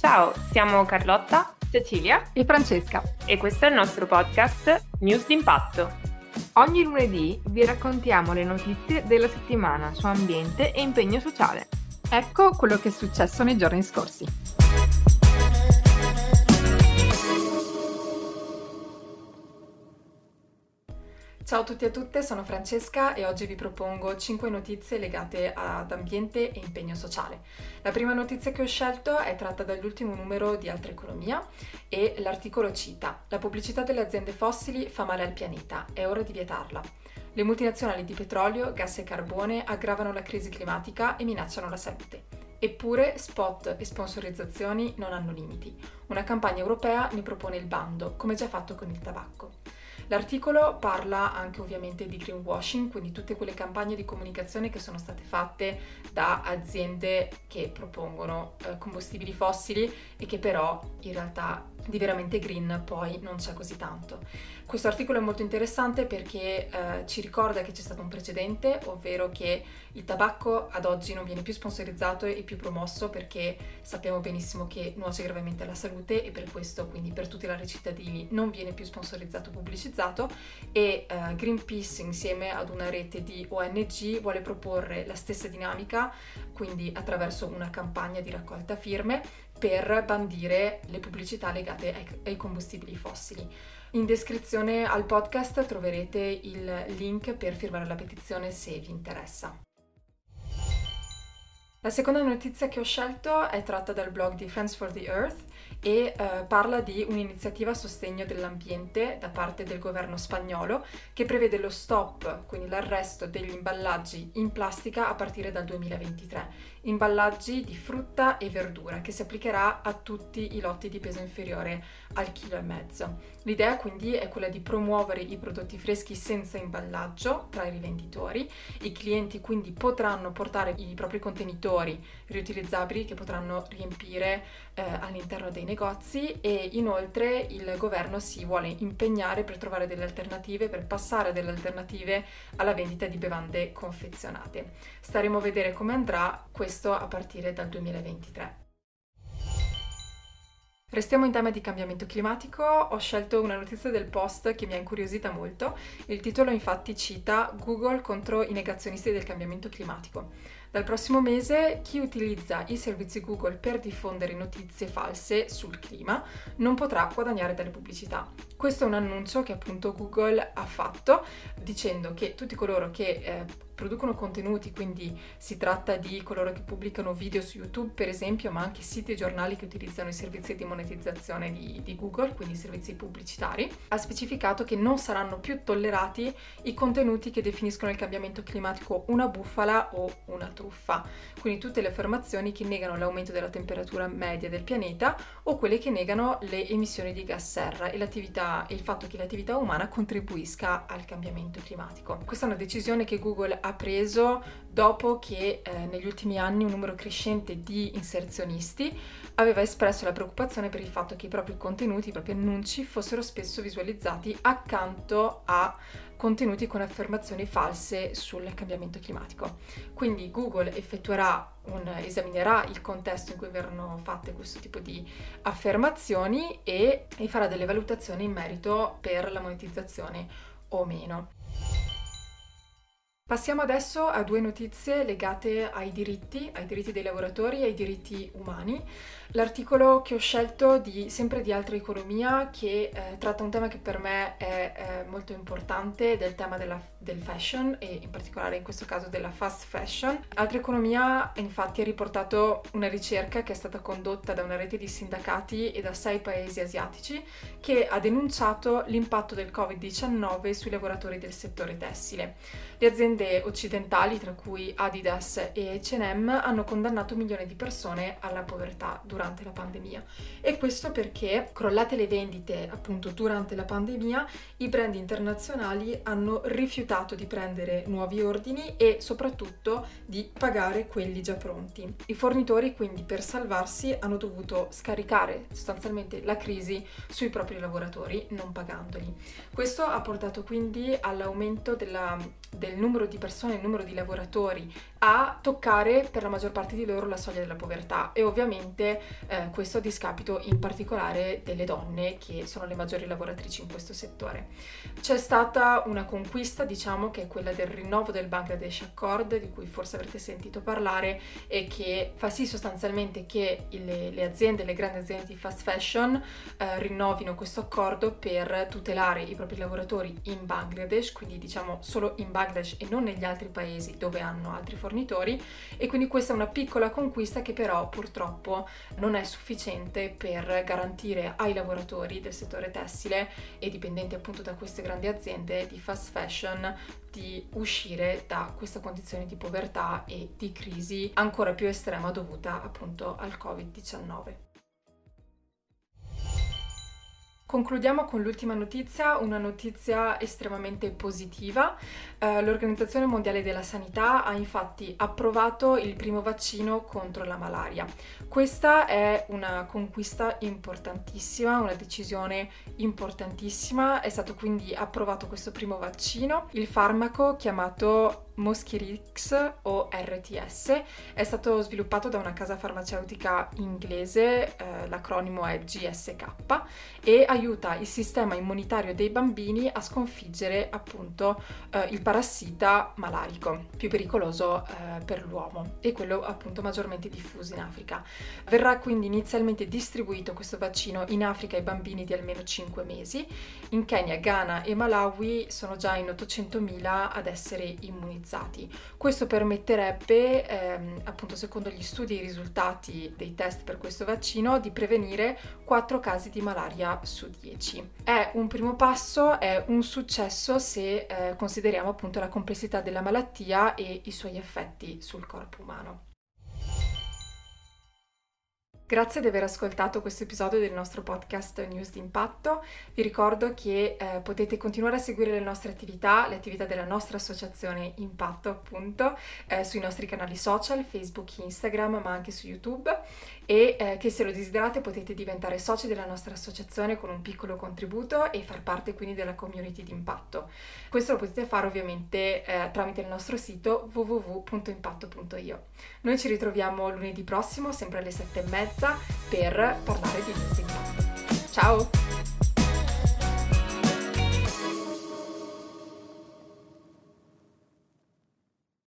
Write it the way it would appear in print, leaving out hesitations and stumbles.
Ciao, siamo Carlotta, Cecilia e Francesca e questo è il nostro podcast News d'Impatto. Ogni lunedì vi raccontiamo le notizie della settimana su ambiente e impegno sociale. Ecco quello che è successo nei giorni scorsi. Ciao a tutti e a tutte, sono Francesca e oggi vi propongo 5 notizie legate ad ambiente e impegno sociale. La prima notizia che ho scelto è tratta dall'ultimo numero di Altra Economia e l'articolo cita: la pubblicità delle aziende fossili fa male al pianeta, è ora di vietarla. Le multinazionali di petrolio, gas e carbone aggravano la crisi climatica e minacciano la salute. Eppure spot e sponsorizzazioni non hanno limiti. Una campagna europea ne propone il bando, come già fatto con il tabacco. L'articolo parla anche ovviamente di greenwashing, quindi tutte quelle campagne di comunicazione che sono state fatte da aziende che propongono combustibili fossili e che però in realtà di veramente green poi non c'è così tanto. Questo articolo è molto interessante perché ci ricorda che c'è stato un precedente, ovvero che il tabacco ad oggi non viene più sponsorizzato e più promosso perché sappiamo benissimo che nuoce gravemente alla salute e per questo, quindi per tutelare i cittadini, non viene più sponsorizzato o pubblicizzato e Greenpeace insieme ad una rete di ONG vuole proporre la stessa dinamica, quindi attraverso una campagna di raccolta firme per bandire le pubblicità legate ai combustibili fossili. In descrizione al podcast troverete il link per firmare la petizione se vi interessa. La seconda notizia che ho scelto è tratta dal blog di Friends for the Earth e parla di un'iniziativa a sostegno dell'ambiente da parte del governo spagnolo che prevede lo stop, quindi l'arresto degli imballaggi in plastica a partire dal 2023. Imballaggi di frutta e verdura che si applicherà a tutti i lotti di peso inferiore al 1,5 kg. L'idea quindi è quella di promuovere i prodotti freschi senza imballaggio tra i rivenditori. I clienti quindi potranno portare i propri contenitori riutilizzabili che potranno riempire all'interno dei negozi e inoltre il governo si vuole impegnare per trovare delle alternative, per passare delle alternative alla vendita di bevande confezionate. Staremo a vedere come andrà questo a partire dal 2023. Restiamo in tema di cambiamento climatico, ho scelto una notizia del Post che mi ha incuriosita molto. Il titolo infatti cita Google contro i negazionisti del cambiamento climatico. Dal prossimo mese chi utilizza i servizi Google per diffondere notizie false sul clima non potrà guadagnare dalle pubblicità. Questo è un annuncio che appunto Google ha fatto dicendo che tutti coloro che producono contenuti, quindi si tratta di coloro che pubblicano video su YouTube per esempio, ma anche siti e giornali che utilizzano i servizi di monetizzazione di Google, quindi i servizi pubblicitari, ha specificato che non saranno più tollerati i contenuti che definiscono il cambiamento climatico una bufala o una truffa, quindi tutte le affermazioni che negano l'aumento della temperatura media del pianeta o quelle che negano le emissioni di gas serra e il fatto che l'attività umana contribuisca al cambiamento climatico. Questa è una decisione che Google ha preso dopo che negli ultimi anni un numero crescente di inserzionisti aveva espresso la preoccupazione per il fatto che i propri contenuti, i propri annunci fossero spesso visualizzati accanto a contenuti con affermazioni false sul cambiamento climatico. Quindi Google esaminerà il contesto in cui verranno fatte questo tipo di affermazioni e farà delle valutazioni in merito per la monetizzazione o meno. Passiamo adesso a due notizie legate ai diritti dei lavoratori e ai diritti umani. L'articolo che ho scelto sempre di Altra Economia che tratta un tema che per me è molto importante, del tema del fashion e in particolare in questo caso della fast fashion. Altra Economia infatti ha riportato una ricerca che è stata condotta da una rete di sindacati e da 6 paesi asiatici che ha denunciato l'impatto del Covid-19 sui lavoratori del settore tessile. Le aziende occidentali, tra cui Adidas e H&M, hanno condannato milioni di persone alla povertà durante la pandemia. E questo perché, crollate le vendite appunto durante la pandemia, i brand internazionali hanno rifiutato di prendere nuovi ordini e soprattutto di pagare quelli già pronti. I fornitori quindi per salvarsi hanno dovuto scaricare sostanzialmente la crisi sui propri lavoratori non pagandoli. Questo ha portato quindi all'aumento del numero di persone, il numero di lavoratori a toccare per la maggior parte di loro la soglia della povertà, e ovviamente questo a discapito in particolare delle donne, che sono le maggiori lavoratrici in questo settore. C'è stata una conquista, diciamo, che è quella del rinnovo del Bangladesh Accord, di cui forse avrete sentito parlare, e che fa sì sostanzialmente che le aziende, le grandi aziende di fast fashion rinnovino questo accordo per tutelare i propri lavoratori in Bangladesh, quindi diciamo solo in Bangladesh e non negli altri paesi dove hanno altri fornitori. E quindi questa è una piccola conquista che però purtroppo non è sufficiente per garantire ai lavoratori del settore tessile e dipendenti appunto da queste grandi aziende di fast fashion di uscire da questa condizione di povertà e di crisi ancora più estrema dovuta appunto al Covid-19. Concludiamo con l'ultima notizia, una notizia estremamente positiva. L'Organizzazione Mondiale della Sanità ha infatti approvato il primo vaccino contro la malaria. Questa è una conquista importantissima, una decisione importantissima. È stato quindi approvato questo primo vaccino. Il farmaco, chiamato Mosquirix o RTS, è stato sviluppato da una casa farmaceutica inglese, l'acronimo è GSK, e aiuta il sistema immunitario dei bambini a sconfiggere appunto il parassita malarico, più pericoloso per l'uomo e quello appunto maggiormente diffuso in Africa. Verrà quindi inizialmente distribuito questo vaccino in Africa ai bambini di almeno 5 mesi. In Kenya, Ghana e Malawi sono già in 800.000 ad essere immunizzati. Questo permetterebbe, appunto secondo gli studi e i risultati dei test per questo vaccino, di prevenire 4 casi di malaria su 10. È un primo passo, è un successo se consideriamo appunto la complessità della malattia e i suoi effetti sul corpo umano. Grazie di aver ascoltato questo episodio del nostro podcast News d'Impatto. Vi ricordo che potete continuare a seguire le nostre attività, le attività della nostra associazione Impatto appunto, sui nostri canali social, Facebook, Instagram, ma anche su YouTube, e che se lo desiderate potete diventare soci della nostra associazione con un piccolo contributo e far parte quindi della community di Impatto. Questo lo potete fare ovviamente tramite il nostro sito www.impatto.io. Noi ci ritroviamo lunedì prossimo, sempre alle 7:30, per parlare di News d'Impatto. Ciao!